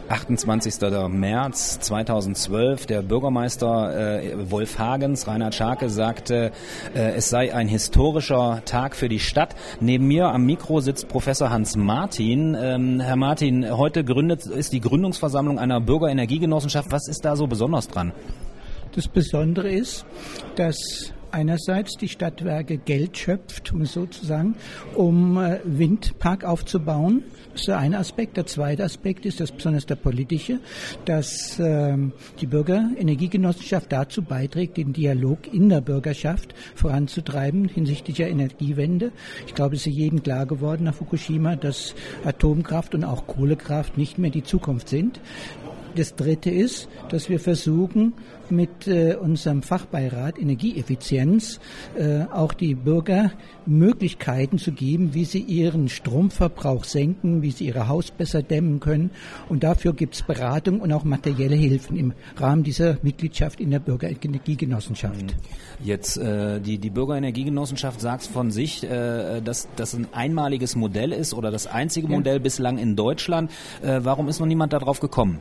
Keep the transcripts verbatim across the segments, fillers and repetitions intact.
achtundzwanzigster März zweitausendzwölf. Der Bürgermeister äh, Wolfhagens, Reinhard Scharke, sagte, äh, es sei ein historischer Tag für die Stadt. Neben mir am Mikro sitzt Professor Hans Martin. Ähm, Herr Martin, heute gründet, ist die Gründungsversammlung einer Bürgerenergiegenossenschaft. Was ist da so besonders dran? Das Besondere ist, dass einerseits die Stadtwerke Geld schöpft, um es so zu sagen, um äh, Windpark aufzubauen. Das ist der eine Aspekt. Der zweite Aspekt ist, das besonders der politische, dass äh, die Bürgerenergiegenossenschaft dazu beiträgt, den Dialog in der Bürgerschaft voranzutreiben hinsichtlich der Energiewende. Ich glaube, es ist jedem klar geworden nach Fukushima, dass Atomkraft und auch Kohlekraft nicht mehr die Zukunft sind. Das Dritte ist, dass wir versuchen, mit äh, unserem Fachbeirat Energieeffizienz äh, auch die Bürger Möglichkeiten zu geben, wie sie ihren Stromverbrauch senken, wie sie ihr Haus besser dämmen können. Und dafür gibt es Beratung und auch materielle Hilfen im Rahmen dieser Mitgliedschaft in der Bürgerenergiegenossenschaft. Jetzt äh, die, die Bürgerenergiegenossenschaft sagt von sich, äh, dass das ein einmaliges Modell ist oder das einzige ja. Modell bislang in Deutschland. Äh, warum ist noch niemand darauf gekommen?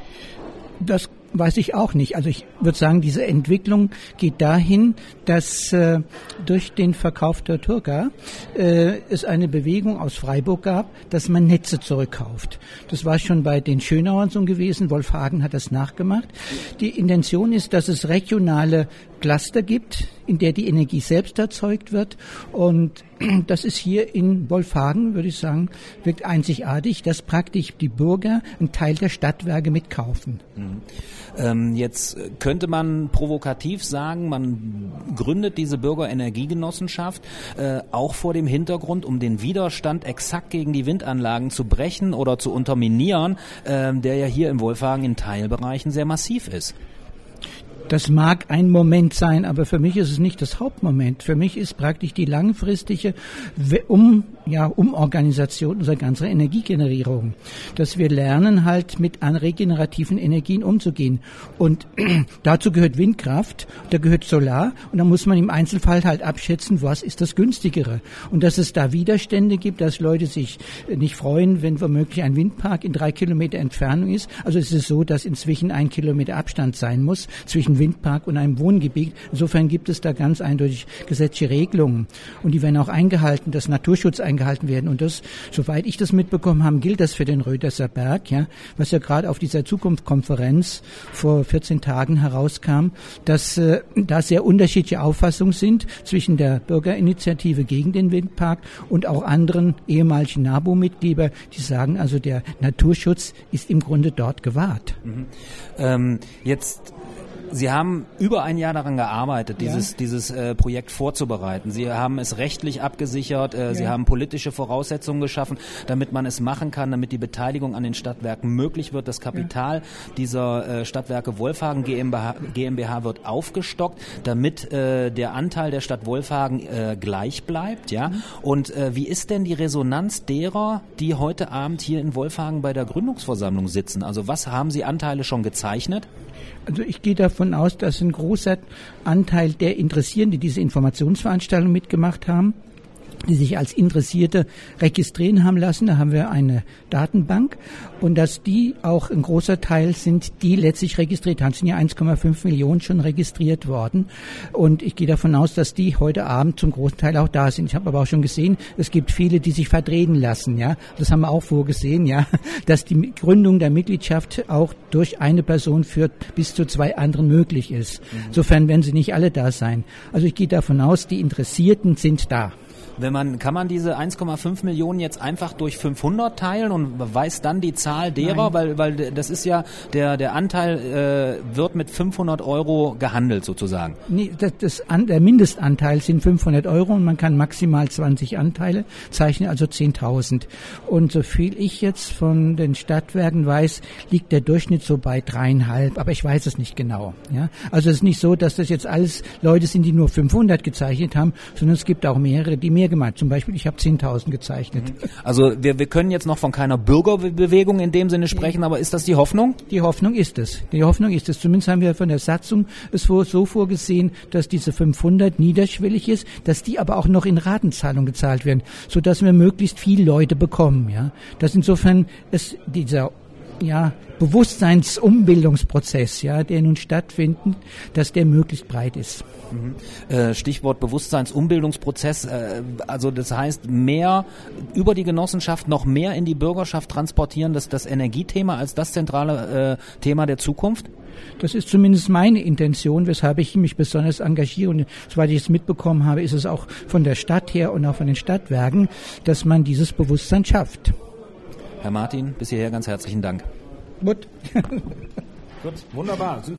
Das weiß ich auch nicht. Also ich würde sagen, diese Entwicklung geht dahin, dass äh, durch den Verkauf der Turga äh, es eine Bewegung aus Freiburg gab, dass man Netze zurückkauft. Das war schon bei den Schönauern so gewesen. Wolfhagen hat das nachgemacht. Die Intention ist, dass es regionale Cluster gibt, in der die Energie selbst erzeugt wird. Und das ist hier in Wolfhagen, würde ich sagen, wirkt einzigartig, dass praktisch die Bürger einen Teil der Stadtwerke mitkaufen. Mhm. Ähm, jetzt könnte man provokativ sagen, man gründet diese Bürgerenergiegenossenschaft äh, auch vor dem Hintergrund, um den Widerstand exakt gegen die Windanlagen zu brechen oder zu unterminieren, äh, der ja hier in Wolfhagen in Teilbereichen sehr massiv ist. Das mag ein Moment sein, aber für mich ist es nicht das Hauptmoment. Für mich ist praktisch die langfristige um, ja, Umorganisation unserer ganzen Energiegenerierung. Dass wir lernen, halt mit an regenerativen Energien umzugehen. Und dazu gehört Windkraft, da gehört Solar. Und da muss man im Einzelfall halt abschätzen, was ist das günstigere. Und dass es da Widerstände gibt, dass Leute sich nicht freuen, wenn womöglich ein Windpark in drei Kilometer Entfernung ist. Also es ist so, dass inzwischen ein Kilometer Abstand sein muss zwischen Windpark und einem Wohngebiet. Insofern gibt es da ganz eindeutig gesetzliche Regelungen. Und die werden auch eingehalten, dass Naturschutz eingehalten werden. Und das, soweit ich das mitbekommen habe, gilt das für den Röderser Berg, ja, was ja gerade auf dieser Zukunftskonferenz vor vierzehn Tagen herauskam, dass äh, da sehr unterschiedliche Auffassungen sind zwischen der Bürgerinitiative gegen den Windpark und auch anderen ehemaligen NABU-Mitgliedern, die sagen, also der Naturschutz ist im Grunde dort gewahrt. Mhm. Ähm, jetzt Sie haben über ein Jahr daran gearbeitet, dieses ja. dieses äh, Projekt vorzubereiten. Sie haben es rechtlich abgesichert, äh, ja. Sie haben politische Voraussetzungen geschaffen, damit man es machen kann, damit die Beteiligung an den Stadtwerken möglich wird. Das Kapital ja. dieser äh, Stadtwerke Wolfhagen GmbH, GmbH wird aufgestockt, damit äh, der Anteil der Stadt Wolfhagen äh, gleich bleibt. Ja. Mhm. Und äh, wie ist denn die Resonanz derer, die heute Abend hier in Wolfhagen bei der Gründungsversammlung sitzen? Also was haben Sie Anteile schon gezeichnet? Also ich gehe davon aus, dass ein großer Anteil der Interessierten, die diese Informationsveranstaltung mitgemacht haben, die sich als Interessierte registrieren haben lassen. Da haben wir eine Datenbank und dass die auch ein großer Teil sind, die letztlich registriert haben. Es sind ja eins Komma fünf Millionen schon registriert worden und ich gehe davon aus, dass die heute Abend zum großen Teil auch da sind. Ich habe aber auch schon gesehen, es gibt viele, die sich verdrehen lassen. Ja, das haben wir auch vorgesehen, ja, dass die Gründung der Mitgliedschaft auch durch eine Person für bis zu zwei anderen möglich ist. Mhm. Insofern werden sie nicht alle da sein. Also ich gehe davon aus, die Interessierten sind da. Wenn man, kann man diese eins Komma fünf Millionen jetzt einfach durch fünfhundert teilen und weiß dann die Zahl derer, weil, weil das ist ja, der, der Anteil äh, wird mit fünfhundert Euro gehandelt sozusagen. Nee, das, das an, der Mindestanteil sind fünfhundert Euro und man kann maximal zwanzig Anteile zeichnen, also zehntausend. Und so viel ich jetzt von den Stadtwerken weiß, liegt der Durchschnitt so bei dreieinhalb, aber ich weiß es nicht genau. Ja? Also es ist nicht so, dass das jetzt alles Leute sind, die nur fünfhundert gezeichnet haben, sondern es gibt auch mehrere, die mehr gemacht. Zum Beispiel, ich habe zehntausend gezeichnet. Also wir, wir können jetzt noch von keiner Bürgerbewegung in dem Sinne sprechen, aber ist das die Hoffnung? Die Hoffnung ist es. Die Hoffnung ist es. Zumindest haben wir von der Satzung es so vorgesehen, dass diese fünfhundert niederschwellig ist, dass die aber auch noch in Ratenzahlung gezahlt werden, sodass wir möglichst viele Leute bekommen. Ja, dass insofern es dieser ja, Bewusstseinsumbildungsprozess, ja, der nun stattfindet, dass der möglichst breit ist. Mhm. Äh, Stichwort Bewusstseinsumbildungsprozess, äh, also das heißt mehr über die Genossenschaft noch mehr in die Bürgerschaft transportieren, das, das Energiethema als das zentrale äh, Thema der Zukunft? Das ist zumindest meine Intention, weshalb ich mich besonders engagiere. Und soweit ich es mitbekommen habe, ist es auch von der Stadt her und auch von den Stadtwerken, dass man dieses Bewusstsein schafft. Herr Martin, bis hierher ganz herzlichen Dank. Gut. Gut, wunderbar.